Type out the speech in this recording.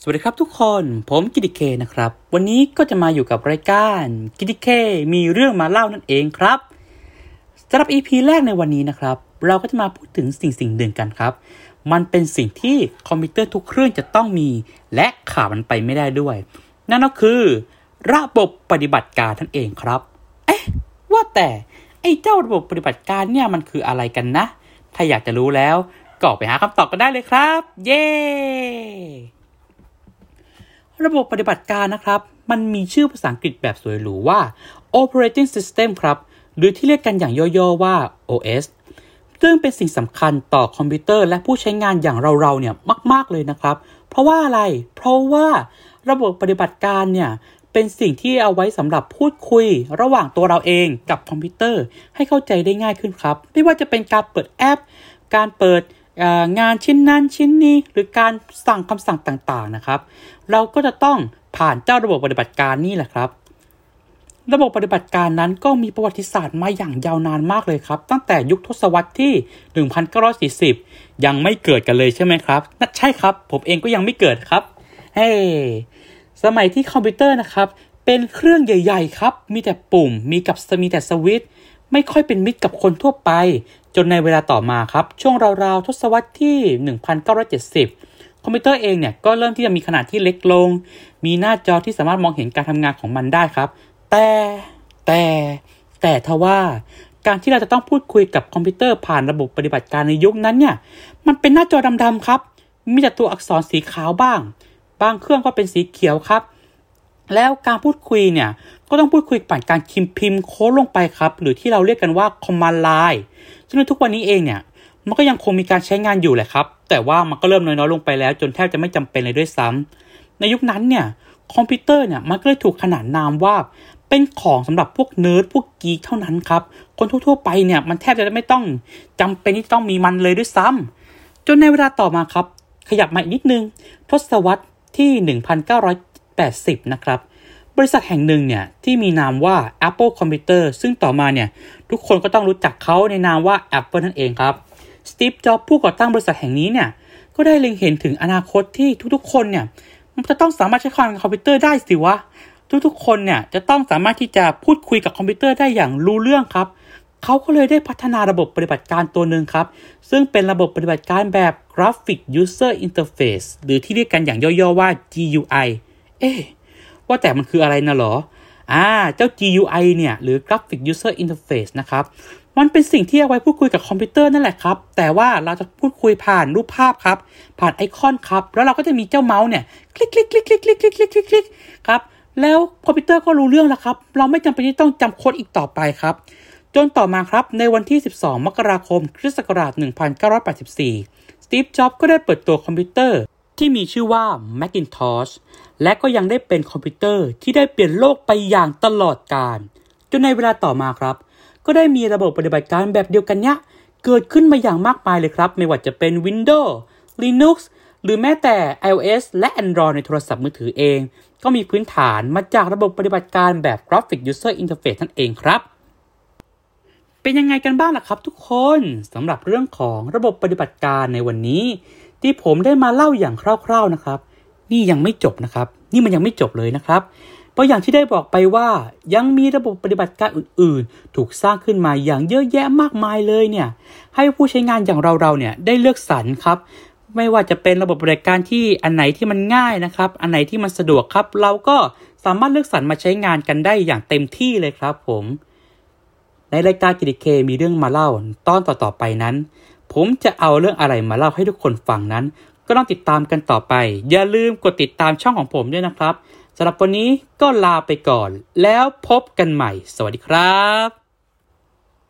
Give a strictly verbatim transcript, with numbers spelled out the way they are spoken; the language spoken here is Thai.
วัสดีครับทุกคนผมกิติเคนะครับวันนี้ก็จะมาอยู่กับรายการกิติเคมีเรื่องมาเล่านั่นเองครับสำหรับ อี พี แรกในวันนี้นะครับเราก็จะมาพูดถึงสิ่งสิ่งหนึ่งกันครับมันเป็นสิ่งที่คอมพิวเตอร์ทุกเครื่องจะต้องมีและขาดมันไปไม่ได้ด้วยนั่นก็คือระบบปฏิบัติการนั่นเองครับเอ๊ะว่าแต่ไอ้เจ้าระบบปฏิบัติการเนี่ยมันคืออะไรกันนะถ้าอยากจะรู้แล้วก็ไปหาคำตอบกันได้เลยครับเย้ระบบปฏิบัติการนะครับมันมีชื่อภาษาอังกฤษแบบสวยหรูว่า Operating System ครับหรือที่เรียกกันอย่างย่อๆว่า โอ เอส ซึ่งเป็นสิ่งสำคัญต่อคอมพิวเตอร์และผู้ใช้งานอย่างเราๆเนี่ยมากๆเลยนะครับเพราะว่าอะไรเพราะว่าระบบปฏิบัติการเนี่ยเป็นสิ่งที่เอาไว้สำหรับพูดคุยระหว่างตัวเราเองกับคอมพิวเตอร์ให้เข้าใจได้ง่ายขึ้นครับไม่ว่าจะเป็นการเปิดแอปการเปิดงานชิ้นนั้นชิ้นนี้หรือการสั่งคำสั่งต่างๆนะครับเราก็จะต้องผ่านเจ้าระบบปฏิบัติการนี่แหละครับระบบปฏิบัติการนั้นก็มีประวัติศาสตร์มาอย่างยาวนานมากเลยครับตั้งแต่ยุคทศวรรษที่หนึ่งพันเก้าร้อยสี่สิบยังไม่เกิดกันเลยใช่ไหมครับนั่นใช่ครับผมเองก็ยังไม่เกิดครับเฮ้สมัยที่คอมพิวเตอร์นะครับเป็นเครื่องใหญ่ๆครับมีแต่ปุ่มมีกับมีแต่สวิตช์ไม่ค่อยเป็นมิตรกับคนทั่วไปจนในเวลาต่อมาครับช่วงราวๆทศวรรษที่หนึ่งพันเก้าร้อยเจ็ดสิบคอมพิวเตอร์เองเนี่ยก็เริ่มที่จะมีขนาดที่เล็กลงมีหน้าจอที่สามารถมองเห็นการทำงานของมันได้ครับแต่แต่แต่ทว่าการที่เราจะต้องพูดคุยกับคอมพิวเตอร์ผ่านระบบปฏิบัติการในยุคนั้นเนี่ยมันเป็นหน้าจอดำๆครับมีแต่ตัวอักษรสีขาวบ้างบางเครื่องก็เป็นสีเขียวครับแล้วการพูดคุยเนี่ยก็ต้องพูดคุยผ่านการพิมพ์พิมพ์โค้ดลงไปครับหรือที่เราเรียกกันว่า command line ซึ่งในทุกวันนี้เองเนี่ยมันก็ยังคงมีการใช้งานอยู่แหละครับแต่ว่ามันก็เริ่มน้อยๆลงไปแล้วจนแทบจะไม่จำเป็นเลยด้วยซ้ำในยุคนั้นเนี่ยคอมพิวเตอร์เนี่ยมันก็เลยถูกขนานนามว่าเป็นของสำหรับพวกเนิร์ดพวกกีกเท่านั้นครับคนทั่วๆไปเนี่ยมันแทบจะไม่ต้องจำเป็นที่ต้องมีมันเลยด้วยซ้ำจนในเวลาต่อมาครับขยับมาอีกนิดนึงทศวรรษที่หนึ่งพันเก้าร้อยแปดสิบนะครับบริษัทแห่งหนึ่งเนี่ยที่มีนามว่า Apple Computer ซึ่งต่อมาเนี่ยทุกคนก็ต้องรู้จักเขาในนามว่า Apple นั่นเองครับสตีฟ จ็อบส์ผู้ก่อตั้งบริษัทแห่งนี้เนี่ยก็ได้เล็งเห็นถึงอนาคตที่ทุกๆคนเนี่ยมันจะต้องสามารถใช้คอมพิวเตอร์ได้สิวะทุกๆคนเนี่ยจะต้องสามารถที่จะพูดคุยกับคอมพิวเตอร์ได้อย่างรู้เรื่องครับเขาก็เลยได้พัฒนาระบบปฏิบัติการตัวหนึ่งครับซึ่งเป็นระบบปฏิบัติการแบบ Graphic User Interface หรือที่เรียกกันอย่างย่อๆว่า จี ยู ไอ เอ๊ะว่าแต่มันคืออะไรนะหรออ่าเจ้า จี ยู ไอ เนี่ยหรือ Graphic User Interface นะครับมันเป็นสิ่งที่เอาไว้พูดคุยกับคอมพิวเตอร์นั่นแหละครับแต่ว่าเราจะพูดคุยผ่านรูปภาพครับผ่านไอคอนครับแล้วเราก็จะมีเจ้าเมาส์เนี่ยคลิกคลิกคลิกคลิกคลิกคลิกคลิกคลิกคลิกครับแล้วคอมพิวเตอร์ก็รู้เรื่องแล้วครับเราไม่จำเป็นที่ต้องจำโค้ดอีกต่อไปครับจนต่อมาครับในวันที่สิบสองมกราคมคริสต์ศักราชหนึ่งพันเก้าร้อยแปดสิบสี่สตีฟ จ็อบส์ก็ได้เปิดตัวคอมพิวเตอร์ที่มีชื่อว่า Macintosh และก็ยังได้เป็นคอมพิวเตอร์ที่ได้เปลี่ยนโลกไปอย่างตลอดกาลจนในเวลาต่อมาครับก็ได้มีระบบปฏิบัติการแบบเดียวกันเนี้ยเกิดขึ้นมาอย่างมากมายเลยครับไม่ว่าจะเป็น Windows Linux หรือแม้แต่ iOS และ Android ในโทรศัพท์มือถือเองก็มีพื้นฐานมาจากระบบปฏิบัติการแบบ Graphic User Interface นั่นเองครับเป็นยังไงกันบ้างล่ะครับทุกคนสำหรับเรื่องของระบบปฏิบัติการในวันนี้ที่ผมได้มาเล่าอย่างคร่าวๆนะครับนี่ยังไม่จบนะครับนี่มันยังไม่จบเลยนะครับเพราะอย่างที่ได้บอกไปว่ายังมีระบบปฏิบัติการอื่นๆถูกสร้างขึ้นมาอย่างเยอะแยะมากมายเลยเนี่ยให้ผู้ใช้งานอย่างเราๆเนี่ยได้เลือกสรรครับไม่ว่าจะเป็นระบบปฏิบัติการที่อันไหนที่มันง่ายนะครับอันไหนที่มันสะดวกครับเราก็สามารถเลือกสรรมาใช้งานกันได้อย่างเต็มที่เลยครับผมในรายการกิติเคมีเรื่องมาเล่าตอนต่อๆไปนั้นผมจะเอาเรื่องอะไรมาเล่าให้ทุกคนฟังนั้นก็ต้องติดตามกันต่อไปอย่าลืมกดติดตามช่องของผมด้วยนะครับสำหรับวันนี้ก็ลาไปก่อนแล้วพบกันใหม่สวัสดีครับ